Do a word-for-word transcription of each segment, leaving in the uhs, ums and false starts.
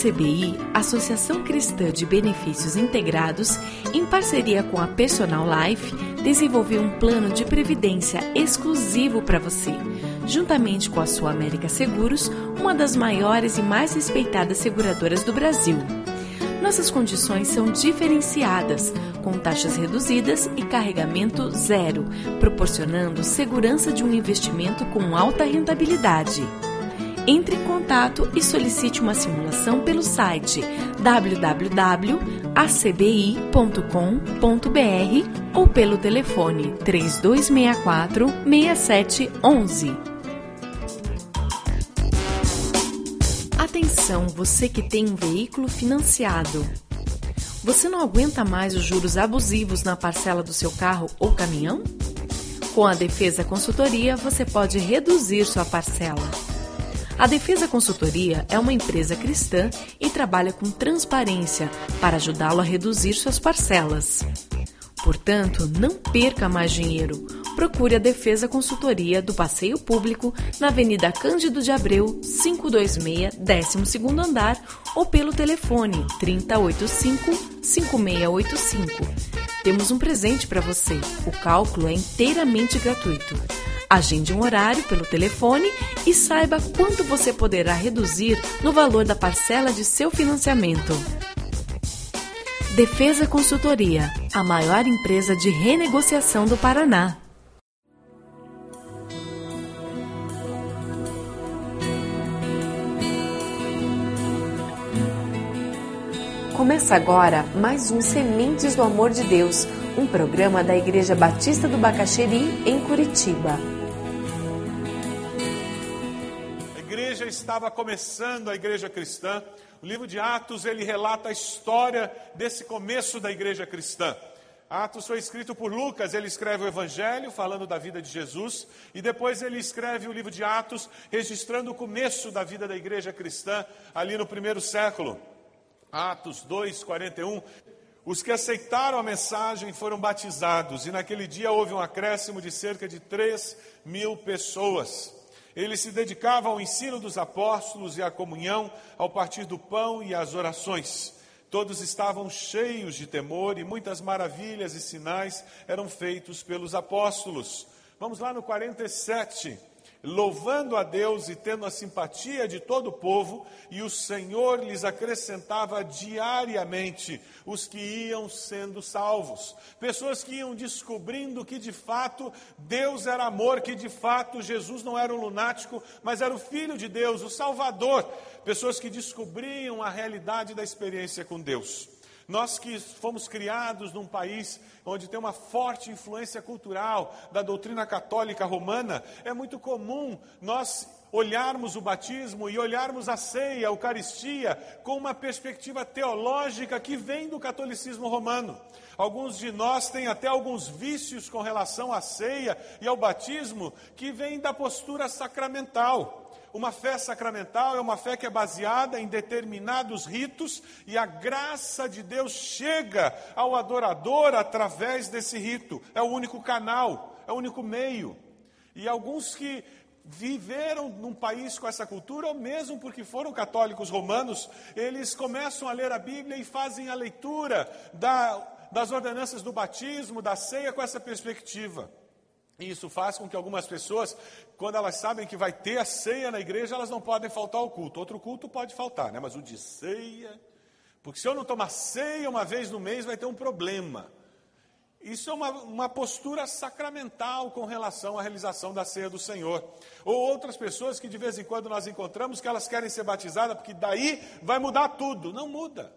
C B I, Associação Cristã de Benefícios Integrados, em parceria com a Personal Life, desenvolveu um plano de previdência exclusivo para você, juntamente com a Sul América Seguros, uma das maiores e mais respeitadas seguradoras do Brasil. Nossas condições são diferenciadas, com taxas reduzidas e carregamento zero, proporcionando segurança de um investimento com alta rentabilidade. Entre em contato e solicite uma simulação pelo site w w w ponto a c b i ponto com ponto b r ou pelo telefone três dois seis quatro, seis sete um um. Atenção, você que tem um veículo financiado. Você não aguenta mais os juros abusivos na parcela do seu carro ou caminhão? Com a Defesa Consultoria, você pode reduzir sua parcela. A Defesa Consultoria é uma empresa cristã e trabalha com transparência para ajudá-lo a reduzir suas parcelas. Portanto, não perca mais dinheiro. Procure a Defesa Consultoria do Passeio Público na Avenida Cândido de Abreu, quinhentos e vinte e seis, décimo segundo andar ou pelo telefone três zero oito cinco, cinco seis oito cinco. Temos um presente para você. O cálculo é inteiramente gratuito. Agende um horário pelo telefone e saiba quanto você poderá reduzir no valor da parcela de seu financiamento. Defesa Consultoria, a maior empresa de renegociação do Paraná. Começa agora mais um Sementes do Amor de Deus, um programa da Igreja Batista do Bacaxeri, em Curitiba. A igreja estava começando, a igreja cristã. O livro de Atos, ele relata a história desse começo da igreja cristã. Atos foi escrito por Lucas, ele escreve o Evangelho, falando da vida de Jesus, e depois ele escreve o livro de Atos, registrando o começo da vida da igreja cristã, ali no primeiro século. Atos dois, quarenta e um, os que aceitaram a mensagem foram batizados, e naquele dia houve um acréscimo de cerca de três mil pessoas. Eles se dedicavam ao ensino dos apóstolos e à comunhão, ao partir do pão e às orações. Todos estavam cheios de temor e muitas maravilhas e sinais eram feitos pelos apóstolos. Vamos lá no quarenta e sete. Louvando a Deus e tendo a simpatia de todo o povo, e o Senhor lhes acrescentava diariamente os que iam sendo salvos. Pessoas que iam descobrindo que de fato Deus era amor, que de fato Jesus não era um lunático, mas era o Filho de Deus, o Salvador. Pessoas que descobriam a realidade da experiência com Deus. Nós que fomos criados num país onde tem uma forte influência cultural da doutrina católica romana, é muito comum nós olharmos o batismo e olharmos a ceia, a Eucaristia, com uma perspectiva teológica que vem do catolicismo romano. Alguns de nós têm até alguns vícios com relação à ceia e ao batismo que vêm da postura sacramental. Uma fé sacramental é uma fé que é baseada em determinados ritos e a graça de Deus chega ao adorador através desse rito. É o único canal, é o único meio. E alguns que viveram num país com essa cultura, ou mesmo porque foram católicos romanos, eles começam a ler a Bíblia e fazem a leitura da, das ordenanças do batismo, da ceia com essa perspectiva. E isso faz com que algumas pessoas, quando elas sabem que vai ter a ceia na igreja, elas não podem faltar ao culto. Outro culto pode faltar, né? Mas o de ceia, porque se eu não tomar ceia uma vez no mês, vai ter um problema. Isso é uma, uma postura sacramental com relação à realização da ceia do Senhor. Ou outras pessoas que de vez em quando nós encontramos que elas querem ser batizadas, porque daí vai mudar tudo. Não muda.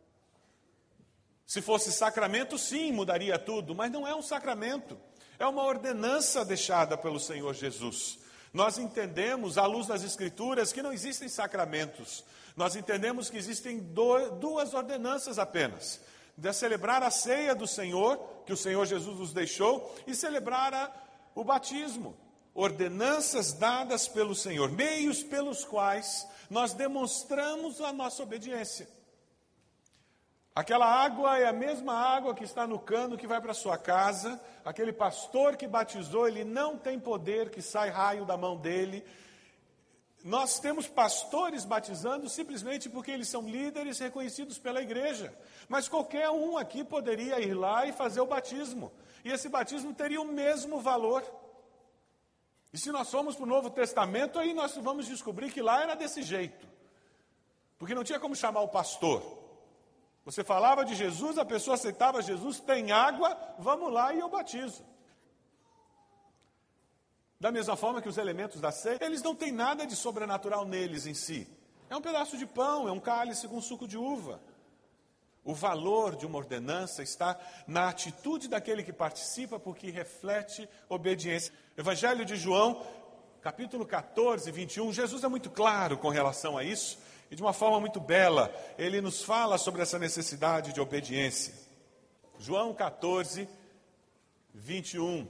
Se fosse sacramento, sim, mudaria tudo, mas não é um sacramento. É uma ordenança deixada pelo Senhor Jesus. Nós entendemos, à luz das Escrituras, que não existem sacramentos. Nós entendemos que existem do, duas ordenanças apenas. De celebrar a ceia do Senhor, que o Senhor Jesus nos deixou, e celebrar a, o batismo. Ordenanças dadas pelo Senhor, meios pelos quais nós demonstramos a nossa obediência. Aquela água é a mesma água que está no cano que vai para a sua casa. Aquele pastor que batizou, ele não tem poder que sai raio da mão dele. Nós temos pastores batizando simplesmente porque eles são líderes reconhecidos pela igreja. Mas qualquer um aqui poderia ir lá e fazer o batismo. E esse batismo teria o mesmo valor. E se nós formos para o Novo Testamento, aí nós vamos descobrir que lá era desse jeito. Porque não tinha como chamar o pastor. Você falava de Jesus, a pessoa aceitava Jesus, tem água, vamos lá e eu batizo. Da mesma forma que os elementos da ceia, eles não têm nada de sobrenatural neles em si. É um pedaço de pão, é um cálice com suco de uva. O valor de uma ordenança está na atitude daquele que participa, porque reflete obediência. Evangelho de João, capítulo catorze, vinte e um, Jesus é muito claro com relação a isso, e de uma forma muito bela, ele nos fala sobre essa necessidade de obediência. João catorze, vinte e um.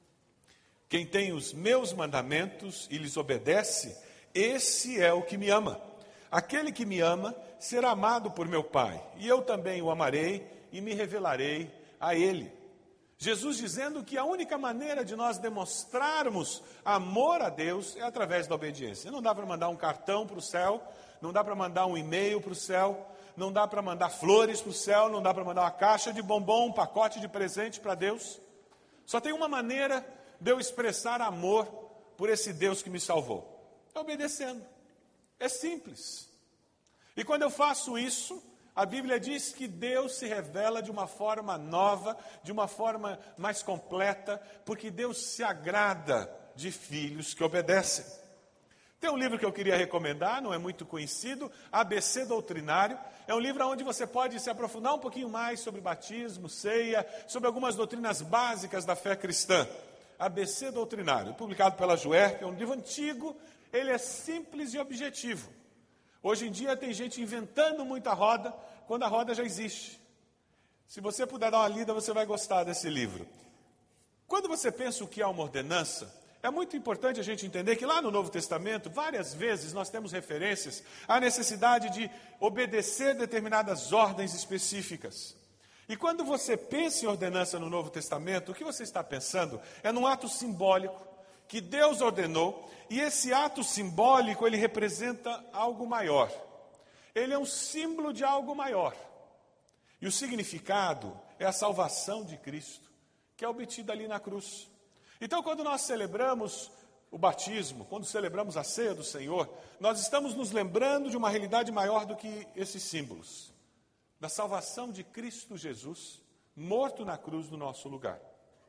Quem tem os meus mandamentos e lhes obedece, esse é o que me ama. Aquele que me ama será amado por meu Pai, e eu também o amarei e me revelarei a ele. Jesus dizendo que a única maneira de nós demonstrarmos amor a Deus é através da obediência. Não dá para mandar um cartão para o céu, não dá para mandar um e-mail para o céu, não dá para mandar flores para o céu, não dá para mandar uma caixa de bombom, um pacote de presente para Deus. Só tem uma maneira de eu expressar amor por esse Deus que me salvou. É obedecendo. É simples. E quando eu faço isso, a Bíblia diz que Deus se revela de uma forma nova, de uma forma mais completa, porque Deus se agrada de filhos que obedecem. Tem um livro que eu queria recomendar, não é muito conhecido, A B C Doutrinário. É um livro onde você pode se aprofundar um pouquinho mais sobre batismo, ceia, sobre algumas doutrinas básicas da fé cristã. A B C Doutrinário, publicado pela Juerp, é um livro antigo, ele é simples e objetivo. Hoje em dia tem gente inventando muita roda, quando a roda já existe. Se você puder dar uma lida, você vai gostar desse livro. Quando você pensa o que é uma ordenança, é muito importante a gente entender que lá no Novo Testamento, várias vezes nós temos referências à necessidade de obedecer determinadas ordens específicas. E quando você pensa em ordenança no Novo Testamento, o que você está pensando é num ato simbólico que Deus ordenou, e esse ato simbólico, ele representa algo maior. Ele é um símbolo de algo maior. E o significado é a salvação de Cristo, que é obtida ali na cruz. Então, quando nós celebramos o batismo, quando celebramos a ceia do Senhor, nós estamos nos lembrando de uma realidade maior do que esses símbolos. Da salvação de Cristo Jesus, morto na cruz no nosso lugar.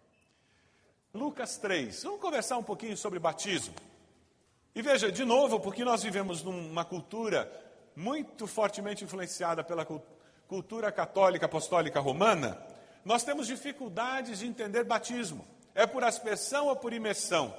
Lucas três, vamos conversar um pouquinho sobre batismo. E veja, de novo, porque nós vivemos numa cultura muito fortemente influenciada pela cultura católica apostólica romana, nós temos dificuldades de entender batismo. É por aspersão ou por imersão?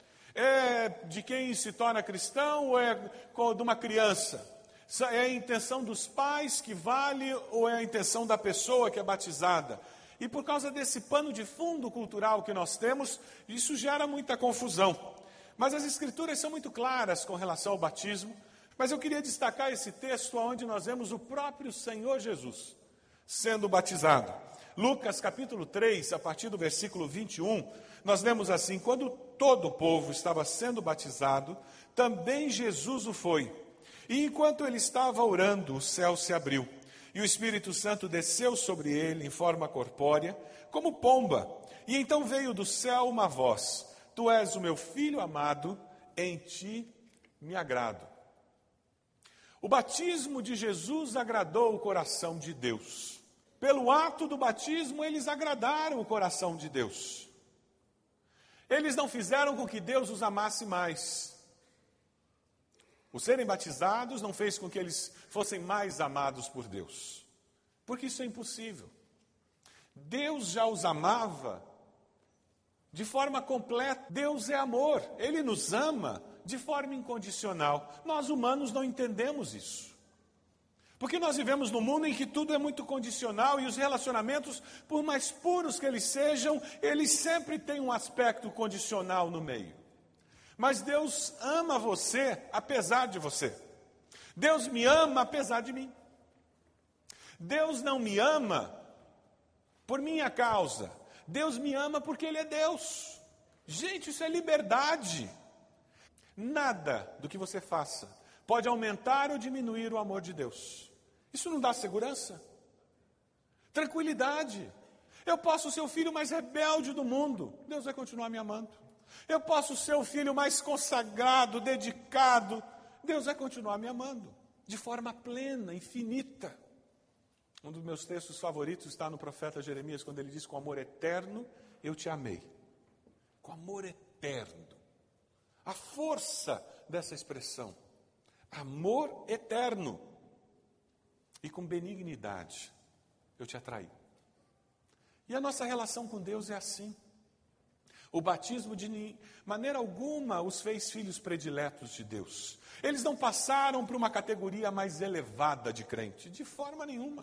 É de quem se torna cristão ou é de uma criança? É a intenção dos pais que vale ou é a intenção da pessoa que é batizada? E por causa desse pano de fundo cultural que nós temos, isso gera muita confusão. Mas as Escrituras são muito claras com relação ao batismo. Mas eu queria destacar esse texto onde nós vemos o próprio Senhor Jesus sendo batizado. Lucas capítulo três, a partir do versículo vinte e um, nós lemos assim: quando todo o povo estava sendo batizado, também Jesus o foi. E enquanto ele estava orando, o céu se abriu. E o Espírito Santo desceu sobre ele em forma corpórea, como pomba. E então veio do céu uma voz: Tu és o meu filho amado, em ti me agrado. O batismo de Jesus agradou o coração de Deus. Pelo ato do batismo, eles agradaram o coração de Deus. Eles não fizeram com que Deus os amasse mais. O serem batizados não fez com que eles fossem mais amados por Deus, porque isso é impossível. Deus já os amava de forma completa. Deus é amor, Ele nos ama de forma incondicional. Nós humanos não entendemos isso, porque nós vivemos num mundo em que tudo é muito condicional e os relacionamentos, por mais puros que eles sejam, eles sempre têm um aspecto condicional no meio. Mas Deus ama você apesar de você. Deus me ama apesar de mim. Deus não me ama por minha causa. Deus me ama porque Ele é Deus. Gente, isso é liberdade. Nada do que você faça pode aumentar ou diminuir o amor de Deus. Isso não dá segurança? Tranquilidade. Eu posso ser o filho mais rebelde do mundo, Deus vai continuar me amando. Eu posso ser o filho mais consagrado, dedicado, Deus vai continuar me amando, de forma plena, infinita. Um dos meus textos favoritos está no profeta Jeremias, quando ele diz: com amor eterno eu te amei. Com amor eterno. A força dessa expressão. Amor eterno. E com benignidade eu te atraí. E a nossa relação com Deus é assim. O batismo de maneira alguma os fez filhos prediletos de Deus. Eles não passaram para uma categoria mais elevada de crente, de forma nenhuma.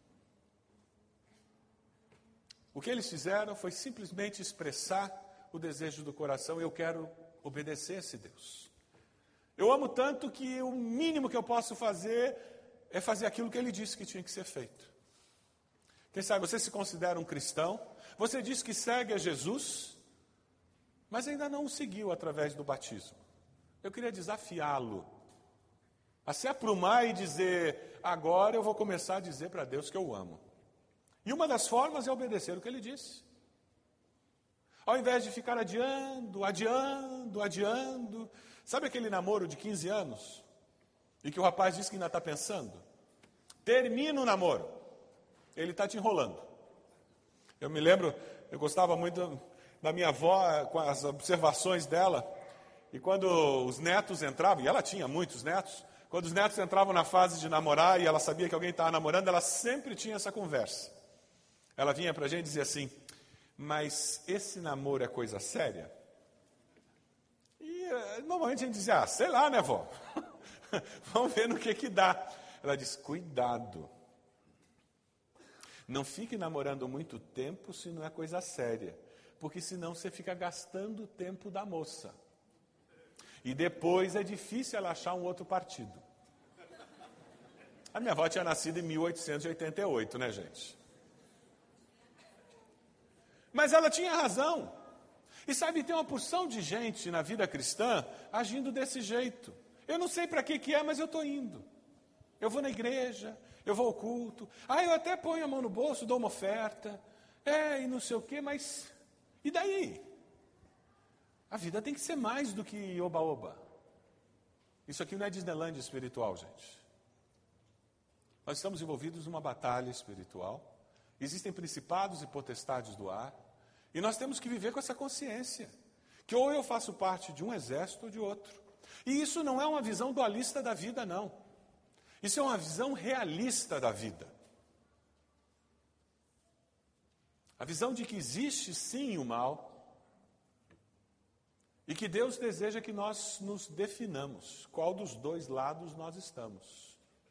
O que eles fizeram foi simplesmente expressar o desejo do coração: eu quero obedecer esse Deus. Eu amo tanto que o mínimo que eu posso fazer é fazer aquilo que ele disse que tinha que ser feito. Quem sabe você se considera um cristão, você diz que segue a Jesus, mas ainda não o seguiu através do batismo. Eu queria desafiá-lo a se aprumar e dizer: agora eu vou começar a dizer para Deus que eu o amo. E uma das formas é obedecer o que ele disse. Ao invés de ficar adiando, adiando, adiando. Sabe aquele namoro de quinze anos? E que o rapaz diz que ainda está pensando? Termina o namoro. Ele está te enrolando. Eu me lembro, eu gostava muito da minha avó, com as observações dela. E quando os netos entravam, e ela tinha muitos netos, quando os netos entravam na fase de namorar e ela sabia que alguém estava namorando, ela sempre tinha essa conversa. Ela vinha para a gente e dizia assim: mas esse namoro é coisa séria? E normalmente a gente dizia: ah, sei lá, né, vó? Vamos ver no que que dá. Ela diz: cuidado. Não fique namorando muito tempo se não é coisa séria. Porque senão você fica gastando o tempo da moça. E depois é difícil ela achar um outro partido. A minha avó tinha nascido em mil oitocentos e oitenta e oito, né, gente? Mas ela tinha razão. E sabe, tem uma porção de gente na vida cristã agindo desse jeito. Eu não sei para que que é, mas eu estou indo. Eu vou na igreja, eu vou ao culto. Ah, eu até ponho a mão no bolso, dou uma oferta. É, e não sei o quê, mas... e daí? A vida tem que ser mais do que oba-oba. Isso aqui não é Disneylandia espiritual, gente. Nós estamos envolvidos numa batalha espiritual. Existem principados e potestades do ar. E nós temos que viver com essa consciência. Que ou eu faço parte de um exército ou de outro. E isso não é uma visão dualista da vida, não. Isso é uma visão realista da vida. A visão de que existe sim o mal. E que Deus deseja que nós nos definamos. Qual dos dois lados nós estamos.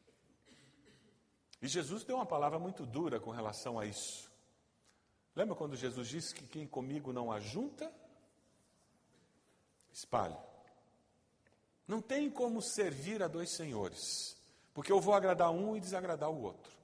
E Jesus deu uma palavra muito dura com relação a isso. Lembra quando Jesus disse que quem comigo não ajunta, espalha. Não tem como servir a dois senhores, porque eu vou agradar um e desagradar o outro.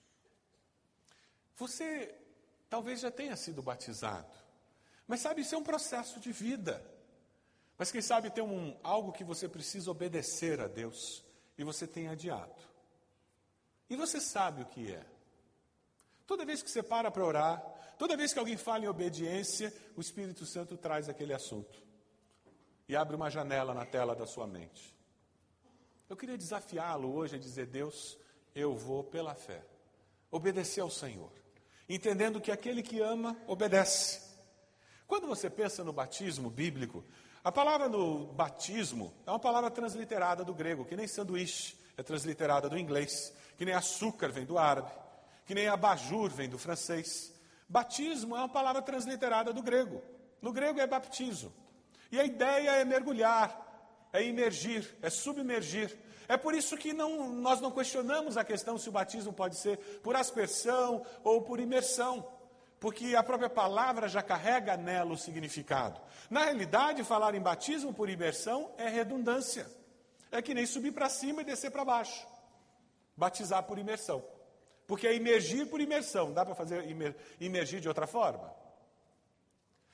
Você talvez já tenha sido batizado, mas sabe, isso é um processo de vida. Mas quem sabe tem um, algo que você precisa obedecer a Deus e você tem adiado. E você sabe o que é. Toda vez que você para para orar, toda vez que alguém fala em obediência, o Espírito Santo traz aquele assunto. E abre uma janela na tela da sua mente. Eu queria desafiá-lo hoje a dizer: Deus, eu vou pela fé obedecer ao Senhor. Entendendo que aquele que ama, obedece. Quando você pensa no batismo bíblico, a palavra no batismo é uma palavra transliterada do grego, que nem sanduíche é transliterada do inglês, que nem açúcar vem do árabe, que nem abajur vem do francês. Batismo é uma palavra transliterada do grego. No grego é baptizo. E a ideia é mergulhar, é imergir, é submergir. É por isso que não, nós não questionamos a questão se o batismo pode ser por aspersão ou por imersão. Porque a própria palavra já carrega nela o significado. Na realidade, falar em batismo por imersão é redundância. É que nem subir para cima e descer para baixo. Batizar por imersão. Porque é imergir por imersão. Dá para fazer imer, imergir de outra forma?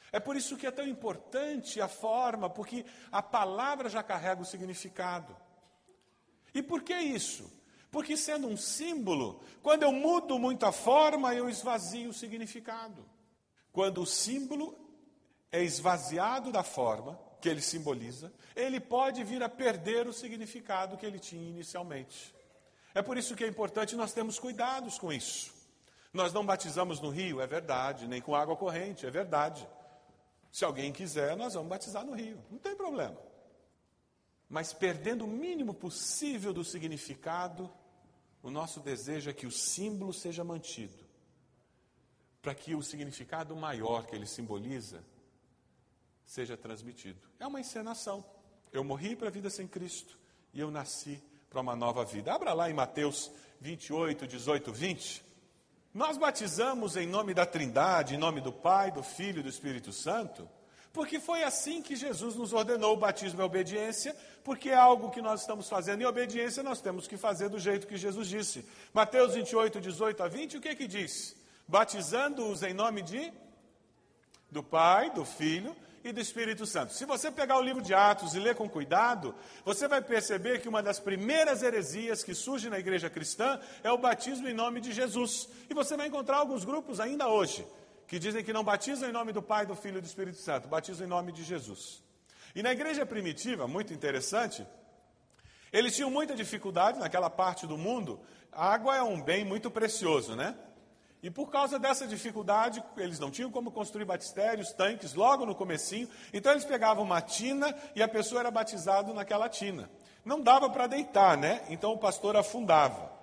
É por isso que é tão importante a forma, porque a palavra já carrega o significado. E por que isso? Porque sendo um símbolo, quando eu mudo muito a forma, eu esvazio o significado. Quando o símbolo é esvaziado da forma que ele simboliza, ele pode vir a perder o significado que ele tinha inicialmente. É por isso que é importante nós termos cuidados com isso. Nós não batizamos no rio, é verdade, nem com água corrente, é verdade. Se alguém quiser, nós vamos batizar no rio, não tem problema. Mas perdendo o mínimo possível do significado, o nosso desejo é que o símbolo seja mantido, para que o significado maior que ele simboliza seja transmitido. É uma encenação. Eu morri para a vida sem Cristo e eu nasci para uma nova vida. Abra lá em Mateus vinte e oito, dezoito, vinte. Nós batizamos em nome da Trindade, em nome do Pai, do Filho e do Espírito Santo, porque foi assim que Jesus nos ordenou. O batismo é obediência, porque é algo que nós estamos fazendo em obediência, nós temos que fazer do jeito que Jesus disse. Mateus vinte e oito, dezoito a vinte, o que que diz? Batizando-os em nome de do Pai, do Filho e do Espírito Santo. Se você pegar o livro de Atos e ler com cuidado, você vai perceber que uma das primeiras heresias que surge na igreja cristã é o batismo em nome de Jesus. E você vai encontrar alguns grupos ainda hoje que dizem que não batizam em nome do Pai, do Filho e do Espírito Santo, batizam em nome de Jesus. E na igreja primitiva, muito interessante, eles tinham muita dificuldade naquela parte do mundo. A água é um bem muito precioso, né? E por causa dessa dificuldade, eles não tinham como construir batistérios, tanques, logo no comecinho. Então eles pegavam uma tina e a pessoa era batizada naquela tina. Não dava para deitar, né? Então o pastor afundava.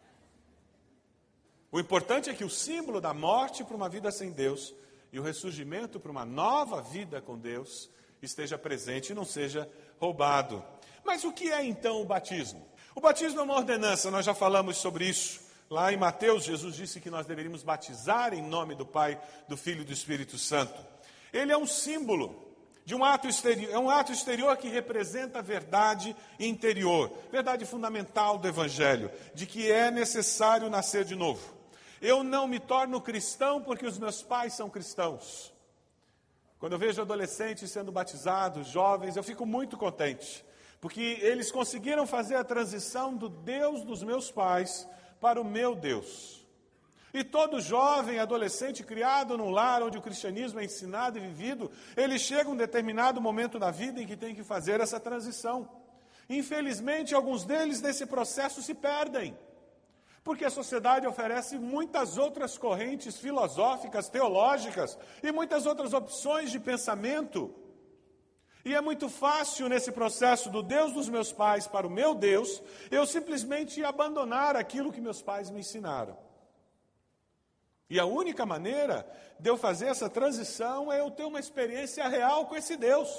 O importante é que o símbolo da morte para uma vida sem Deus e o ressurgimento para uma nova vida com Deus esteja presente e não seja roubado. Mas o que é então o batismo? O batismo é uma ordenança, nós já falamos sobre isso. Lá em Mateus, Jesus disse que nós deveríamos batizar em nome do Pai, do Filho e do Espírito Santo. Ele é um símbolo de um ato exterior, é um ato exterior que representa a verdade interior, verdade fundamental do Evangelho, de que é necessário nascer de novo. Eu não me torno cristão porque os meus pais são cristãos. Quando eu vejo adolescentes sendo batizados, jovens, eu fico muito contente, porque eles conseguiram fazer a transição do Deus dos meus pais para o meu Deus. E todo jovem, adolescente, criado num lar onde o cristianismo é ensinado e vivido, ele chega a um determinado momento da vida em que tem que fazer essa transição. Infelizmente, alguns deles nesse processo se perdem, porque a sociedade oferece muitas outras correntes filosóficas, teológicas e muitas outras opções de pensamento. E é muito fácil nesse processo do Deus dos meus pais para o meu Deus, eu simplesmente abandonar aquilo que meus pais me ensinaram. E a única maneira de eu fazer essa transição é eu ter uma experiência real com esse Deus,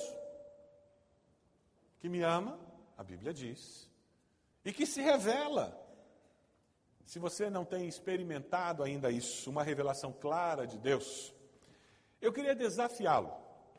que me ama, a Bíblia diz, e que se revela. Se você não tem experimentado ainda isso, uma revelação clara de Deus, eu queria desafiá-lo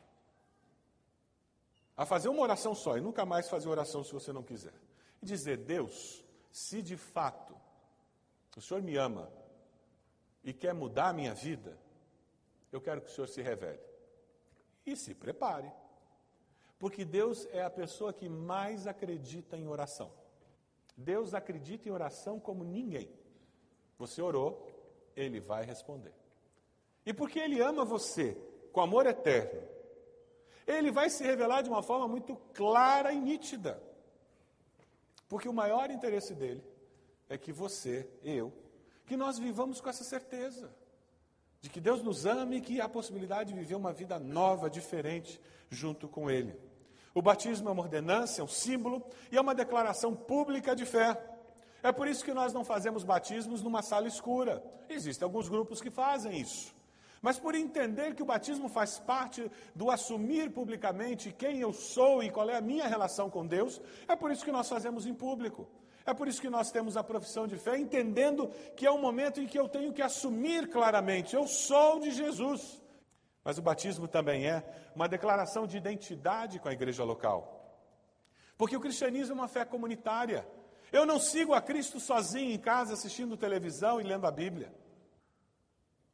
a fazer uma oração só, e nunca mais fazer oração se você não quiser. E dizer: Deus, se de fato o Senhor me ama e quer mudar a minha vida, eu quero que o Senhor se revele. E se prepare, porque Deus é a pessoa que mais acredita em oração. Deus acredita em oração como ninguém. Você orou, Ele vai responder. E porque Ele ama você com amor eterno, Ele vai se revelar de uma forma muito clara e nítida. Porque o maior interesse dele é que você, eu, que nós vivamos com essa certeza de que Deus nos ama e que há a possibilidade de viver uma vida nova, diferente, junto com Ele. O batismo é uma ordenança, é um símbolo e é uma declaração pública de fé. É por isso que nós não fazemos batismos numa sala escura. Existem alguns grupos que fazem isso. Mas por entender que o batismo faz parte do assumir publicamente quem eu sou e qual é a minha relação com Deus, é por isso que nós fazemos em público. É por isso que nós temos a profissão de fé, entendendo que é um momento em que eu tenho que assumir claramente: eu sou de Jesus. Mas o batismo também é uma declaração de identidade com a igreja local. Porque o cristianismo é uma fé comunitária. Eu não sigo a Cristo sozinho em casa, assistindo televisão e lendo a Bíblia.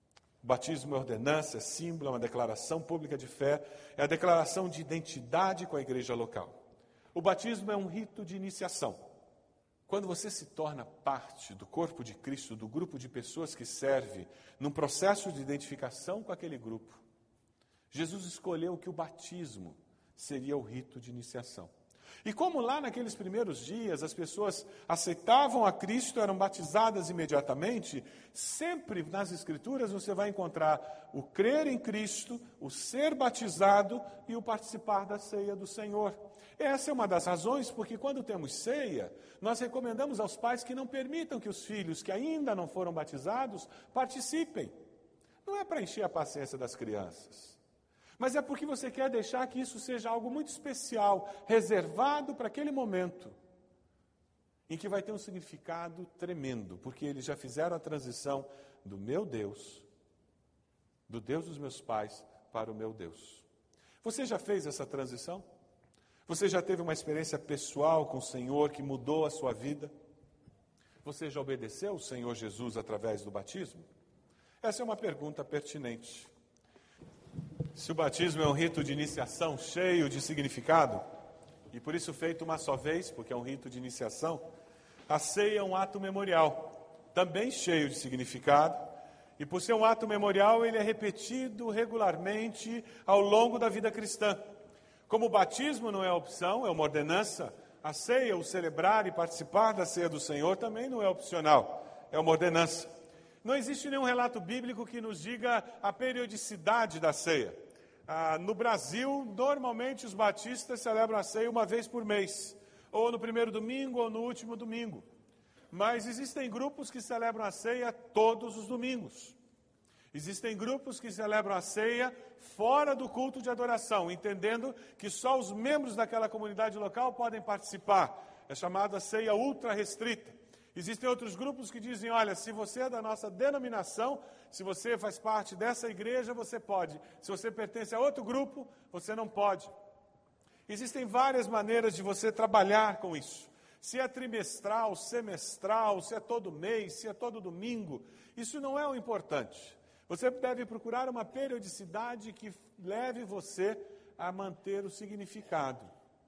batismo é ordenança, é símbolo, é uma declaração pública de fé, é a declaração de identidade com a igreja local. O batismo é um rito de iniciação. Quando você se torna parte do corpo de Cristo, do grupo de pessoas que serve, num processo de identificação com aquele grupo, Jesus escolheu que o batismo seria o rito de iniciação. E como lá naqueles primeiros dias as pessoas aceitavam a Cristo, eram batizadas imediatamente, sempre nas Escrituras você vai encontrar o crer em Cristo, o ser batizado e o participar da ceia do Senhor. Essa é uma das razões porque quando temos ceia, nós recomendamos aos pais que não permitam que os filhos que ainda não foram batizados participem. Não é para encher a paciência das crianças, mas é porque você quer deixar que isso seja algo muito especial, reservado para aquele momento, em que vai ter um significado tremendo, porque eles já fizeram a transição do meu Deus, do Deus dos meus pais, para o meu Deus. Você já fez essa transição? Você já teve uma experiência pessoal com o Senhor que mudou a sua vida? Você já obedeceu o Senhor Jesus através do batismo? Essa é uma pergunta pertinente. Se o batismo é um rito de iniciação cheio de significado, e por isso feito uma só vez, porque é um rito de iniciação, a ceia é um ato memorial, também cheio de significado, e por ser um ato memorial, ele é repetido regularmente ao longo da vida cristã. Como o batismo não é opção, é uma ordenança, a ceia, o celebrar e participar da ceia do Senhor também não é opcional, é uma ordenança. Não existe nenhum relato bíblico que nos diga a periodicidade da ceia. Ah, no Brasil, normalmente os batistas celebram a ceia uma vez por mês, ou no primeiro domingo ou no último domingo. Mas existem grupos que celebram a ceia todos os domingos. Existem grupos que celebram a ceia fora do culto de adoração, entendendo que só os membros daquela comunidade local podem participar. É chamada ceia ultra restrita. Existem outros grupos que dizem, olha, se você é da nossa denominação, se você faz parte dessa igreja, você pode. Se você pertence a outro grupo, você não pode. Existem várias maneiras de você trabalhar com isso. Se é trimestral, semestral, se é todo mês, se é todo domingo, isso não é o importante. Você deve procurar uma periodicidade que leve você a manter o significado.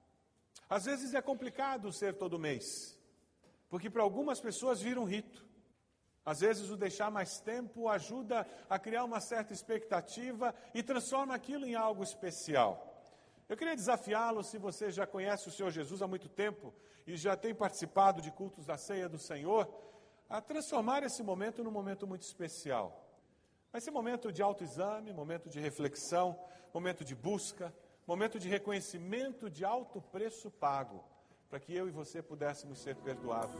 Às vezes é complicado ser todo mês, porque para algumas pessoas vira um rito. Às vezes o deixar mais tempo ajuda a criar uma certa expectativa e transforma aquilo em algo especial. Eu queria desafiá-lo, se você já conhece o Senhor Jesus há muito tempo e já tem participado de cultos da ceia do Senhor, a transformar esse momento num momento muito especial. Vai ser momento de autoexame, momento de reflexão, momento de busca, momento de reconhecimento de alto preço pago, para que eu e você pudéssemos ser perdoados.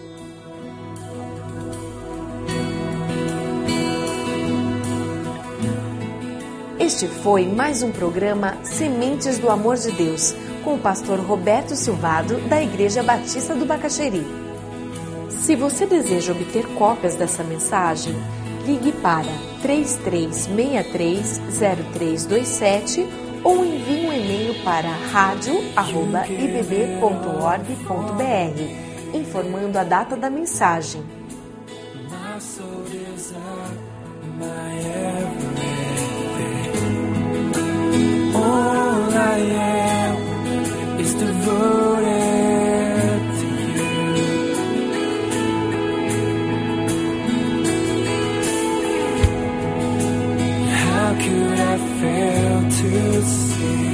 Este foi mais um programa Sementes do Amor de Deus, com o pastor Roberto Silvado, da Igreja Batista do Bacaxeri. Se você deseja obter cópias dessa mensagem, ligue para três três seis três, zero três dois sete ou envie um e-mail para rádio arroba i b b ponto org ponto b r, informando a data da mensagem. All I am is devoted to you. How could I fail to see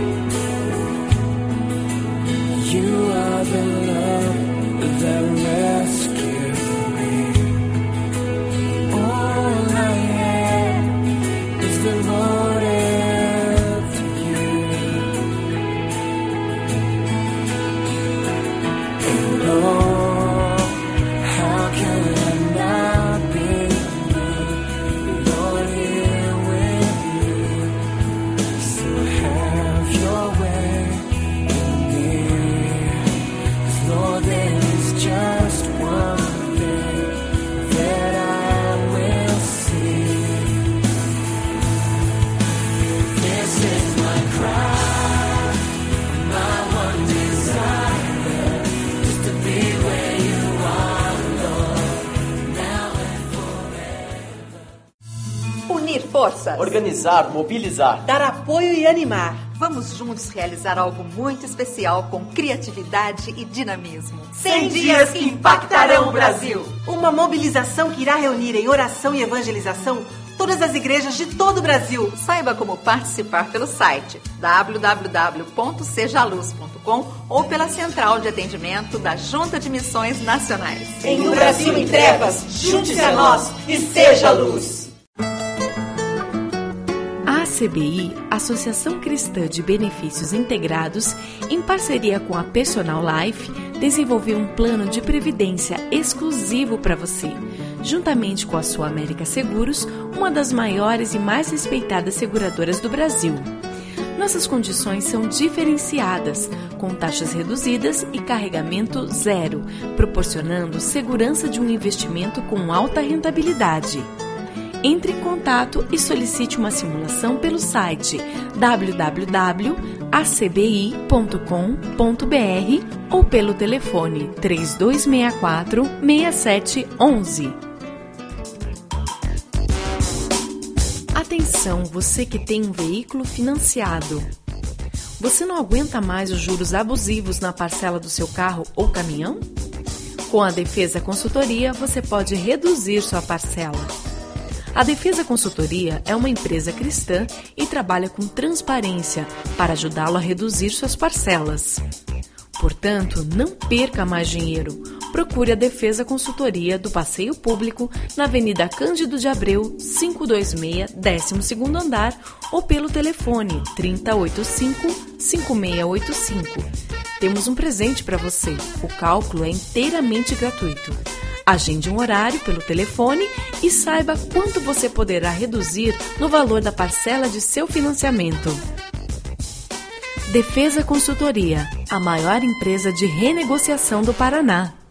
you are the love that rescued me? All I am is devoted to you. forças. Organizar, mobilizar. Dar apoio e animar. Vamos juntos realizar algo muito especial com criatividade e dinamismo. cem dias que impactarão o Brasil. Uma mobilização que irá reunir em oração e evangelização todas as igrejas de todo o Brasil. Saiba como participar pelo site w w w ponto seja luz ponto com ou pela central de atendimento da Junta de Missões Nacionais. Em um Brasil em trevas, junte-se a nós e seja luz. A A C B I, Associação Cristã de Benefícios Integrados, em parceria com a Personal Life, desenvolveu um plano de previdência exclusivo para você, juntamente com a Sua América Seguros, uma das maiores e mais respeitadas seguradoras do Brasil. Nossas condições são diferenciadas, com taxas reduzidas e carregamento zero, proporcionando segurança de um investimento com alta rentabilidade. Entre em contato e solicite uma simulação pelo site w w w ponto a c b i ponto com ponto b r ou pelo telefone três dois seis quatro, seis sete um um. Atenção, você que tem um veículo financiado. Você não aguenta mais os juros abusivos na parcela do seu carro ou caminhão? Com a Defesa Consultoria, você pode reduzir sua parcela. A Defesa Consultoria é uma empresa cristã e trabalha com transparência para ajudá-lo a reduzir suas parcelas. Portanto, não perca mais dinheiro. Procure a Defesa Consultoria do Passeio Público na Avenida Cândido de Abreu, quinhentos e vinte e seis, décimo segundo andar ou pelo telefone trinta, oitenta e cinco, cinquenta e seis oitenta e cinco. Temos um presente para você. O cálculo é inteiramente gratuito. Agende um horário pelo telefone e saiba quanto você poderá reduzir no valor da parcela de seu financiamento. Defesa Consultoria, a maior empresa de renegociação do Paraná.